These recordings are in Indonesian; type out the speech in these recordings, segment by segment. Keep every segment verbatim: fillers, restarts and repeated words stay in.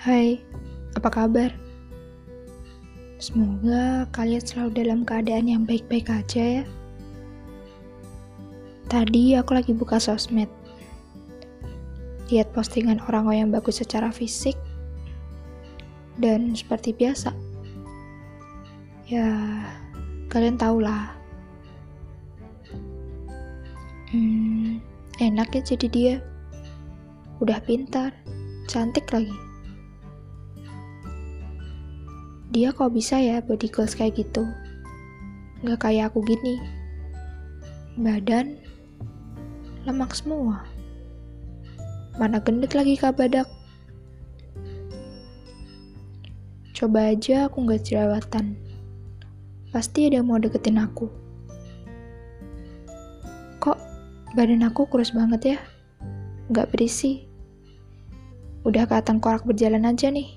Hai, apa kabar? Semoga kalian selalu dalam keadaan yang baik-baik aja ya. Tadi aku lagi buka sosmed. Lihat postingan orang yang bagus secara fisik. Dan seperti biasa. Ya, kalian tahulah. Hmm, enak ya jadi dia. Udah pintar, cantik lagi. Dia kok bisa ya body goals kayak gitu? Nggak kayak aku gini. Badan lemak semua. Mana gendut lagi Kak Badak. Coba aja aku nggak jerawatan. Pasti ada yang mau deketin aku. Kok badan aku kurus banget ya? Nggak berisi. Udah kelihatan korak berjalan aja nih.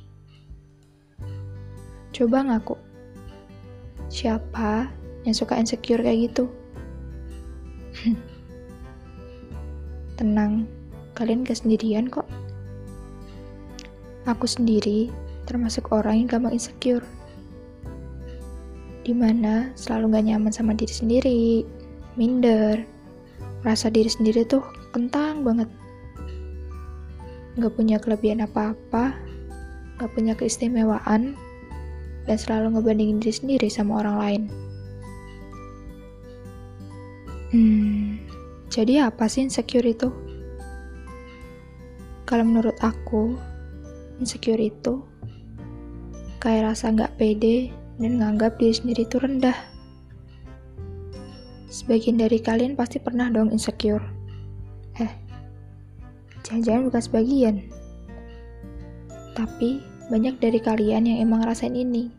Coba ngaku. Siapa yang suka insecure kayak gitu? Tenang, kalian gak sendirian kok. Aku sendiri termasuk orang yang gampang insecure. Dimana selalu gak nyaman sama diri sendiri, minder, merasa diri sendiri tuh kentang banget. Gak punya kelebihan apa-apa, gak punya keistimewaan, dan selalu ngebandingin diri sendiri sama orang lain. Hmm, jadi apa sih insecure itu? Kalau menurut aku, insecure itu kayak rasa gak pede dan nganggap diri sendiri itu rendah. Sebagian dari kalian pasti pernah dong insecure. Eh, jangan-jangan bukan sebagian. Tapi banyak dari kalian yang emang ngerasain ini.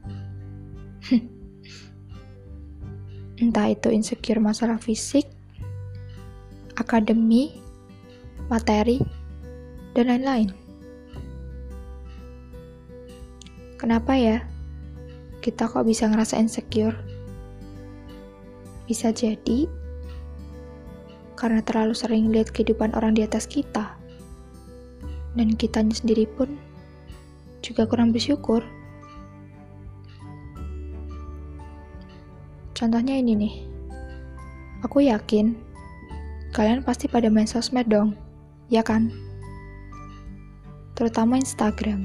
Entah itu insecure masalah fisik, akademi, materi, dan lain-lain. Kenapa ya kita kok bisa ngerasa insecure? Bisa jadi karena terlalu sering lihat kehidupan orang di atas kita, dan kitanya sendiri pun juga kurang bersyukur. Contohnya ini nih. Aku yakin kalian pasti pada main sosmed dong, ya kan? Terutama Instagram.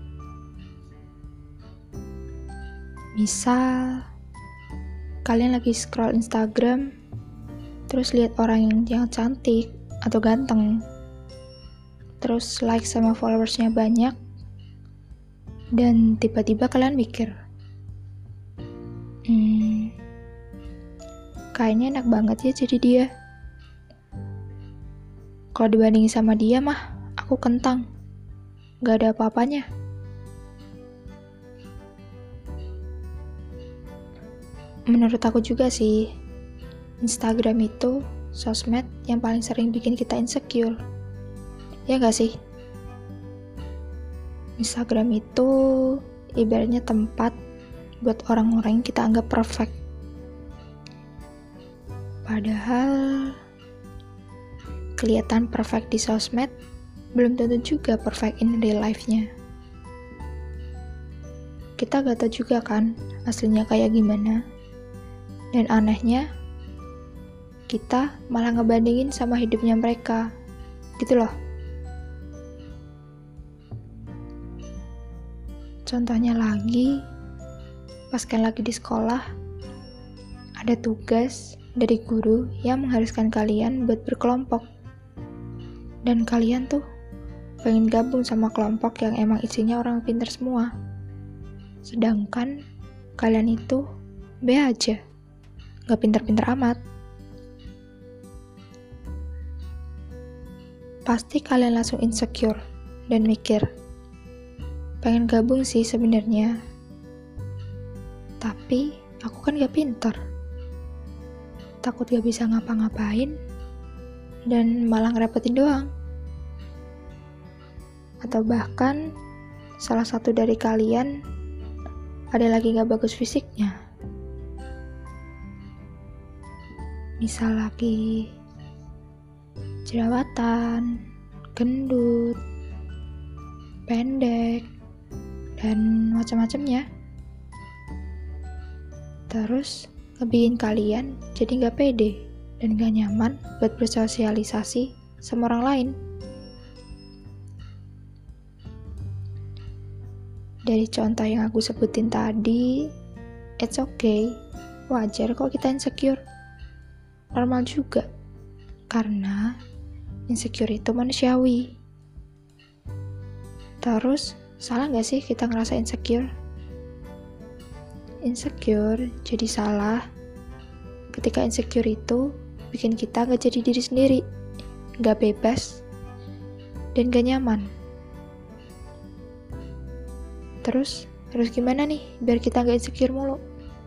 Misal kalian lagi scroll Instagram, terus lihat orang yang, yang cantik atau ganteng, terus like sama followersnya banyak, dan tiba-tiba kalian mikir, hmm, kayaknya enak banget ya jadi dia. Kalau dibandingin sama dia mah, aku kentang, gak ada apa-apanya. Menurut aku juga sih, Instagram itu sosmed yang paling sering bikin kita insecure. Ya gak sih? Instagram itu ibaratnya tempat buat orang-orang yang kita anggap perfect. Padahal kelihatan perfect di sosmed belum tentu juga perfect in real life-nya. Kita gak tahu juga kan aslinya kayak gimana. Dan anehnya, kita malah ngebandingin sama hidupnya mereka. Gitu loh. Contohnya lagi, pas kalian lagi di sekolah, ada tugas dari guru yang mengharuskan kalian buat berkelompok. Dan kalian tuh pengen gabung sama kelompok yang emang isinya orang pintar semua. Sedangkan kalian itu B aja, gak pintar-pintar amat. Pasti kalian langsung insecure dan mikir, pengen gabung sih sebenarnya, tapi aku kan gak pintar. Takut gak bisa ngapa-ngapain, dan malah ngerepotin doang. Atau bahkan, salah satu dari kalian ada lagi gak bagus fisiknya. Misal lagi jerawatan, gendut, pendek, dan macam-macamnya. Terus ngebikin kalian jadi gak pede dan gak nyaman buat bersosialisasi sama orang lain. Dari contoh yang aku sebutin tadi, it's okay, wajar kok kita insecure. Normal juga, karena insecure itu manusiawi. Terus, salah gak sih kita ngerasa insecure? Insecure jadi salah ketika insecure itu bikin kita gak jadi diri sendiri, gak bebas, dan gak nyaman. Terus, harus gimana nih biar kita gak insecure mulu?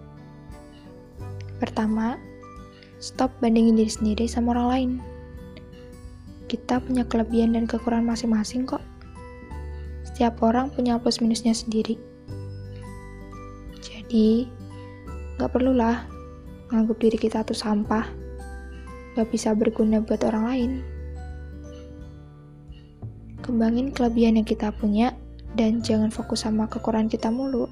Pertama, stop bandingin diri sendiri sama orang lain. Kita punya kelebihan dan kekurangan masing-masing kok. Setiap orang punya plus minusnya sendiri. Jadi, gak perlulah menganggap diri kita tuh sampah, gak bisa berguna buat orang lain. Kembangin kelebihan yang kita punya, dan jangan fokus sama kekurangan kita mulu.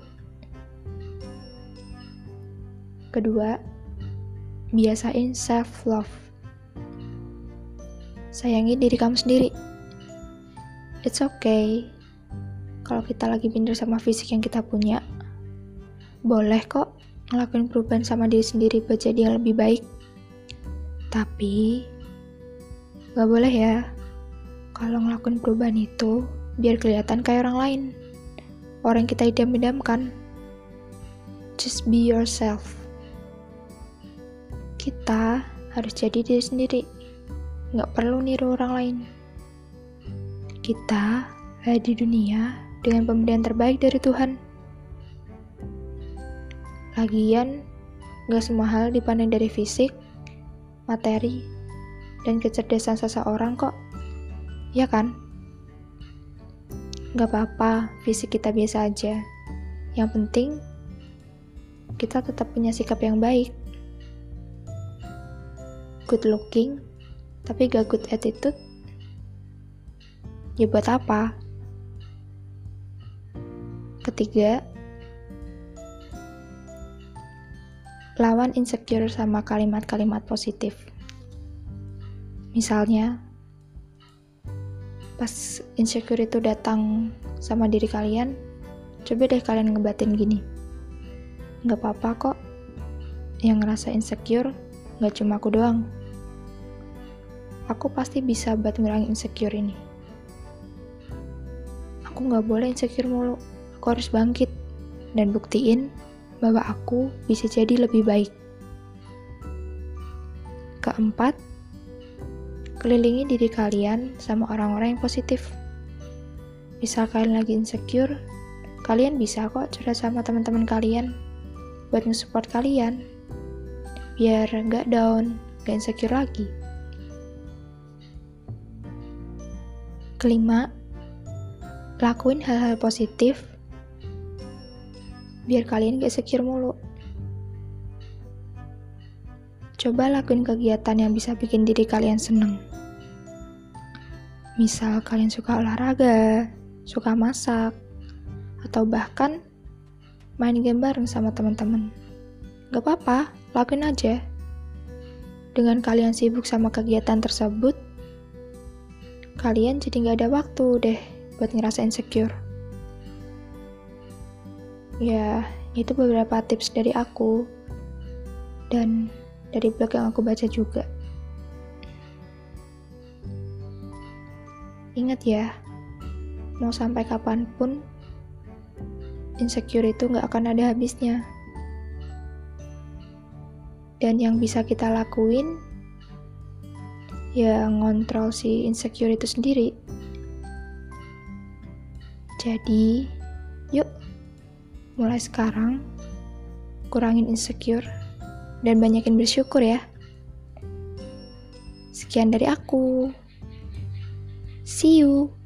Kedua, biasain self-love. Sayangi diri kamu sendiri. It's okay kalau kita lagi minder sama fisik yang kita punya. Boleh kok ngelakuin perubahan sama diri sendiri buat jadi yang lebih baik. Tapi gak boleh ya kalau ngelakuin perubahan itu biar kelihatan kayak orang lain, orang yang kita idam-idamkan. Just be yourself. Kita harus jadi diri sendiri, gak perlu niru orang lain. Kita ada di dunia dengan pemberian terbaik dari Tuhan. Lagian, gak semua hal dipandang dari fisik, materi, dan kecerdasan seseorang kok. Ya kan? Gak apa-apa, fisik kita biasa aja. Yang penting, kita tetap punya sikap yang baik. Good looking, tapi gak good attitude, ya buat apa? Ketiga, lawan insecure sama kalimat-kalimat positif. Misalnya, pas insecure itu datang sama diri kalian, coba deh kalian ngebatin gini. Gak apa-apa kok, yang ngerasa insecure gak cuma aku doang. Aku pasti bisa buat ngurangin insecure ini. Aku gak boleh insecure mulu, aku harus bangkit dan buktiin bahwa aku bisa jadi lebih baik. Keempat, kelilingi diri kalian sama orang-orang yang positif. Misal kalian lagi insecure, kalian bisa kok curhat sama teman-teman kalian buat nge-support kalian, biar gak down, gak insecure lagi. Kelima, lakuin hal-hal positif biar kalian gak insecure mulu. Coba lakuin kegiatan yang bisa bikin diri kalian seneng. Misal kalian suka olahraga, suka masak, atau bahkan main game bareng sama teman-teman. Gak apa-apa, lakuin aja. Dengan kalian sibuk sama kegiatan tersebut, kalian jadi gak ada waktu deh buat ngerasa insecure. Ya, itu beberapa tips dari aku dan dari blog yang aku baca juga. Ingat ya, mau sampai kapanpun, insecure itu gak akan ada habisnya. Dan yang bisa kita lakuin, ya ngontrol si insecure itu sendiri. Jadi, yuk, mulai sekarang, kurangin insecure, dan banyakin bersyukur ya. Sekian dari aku. See you.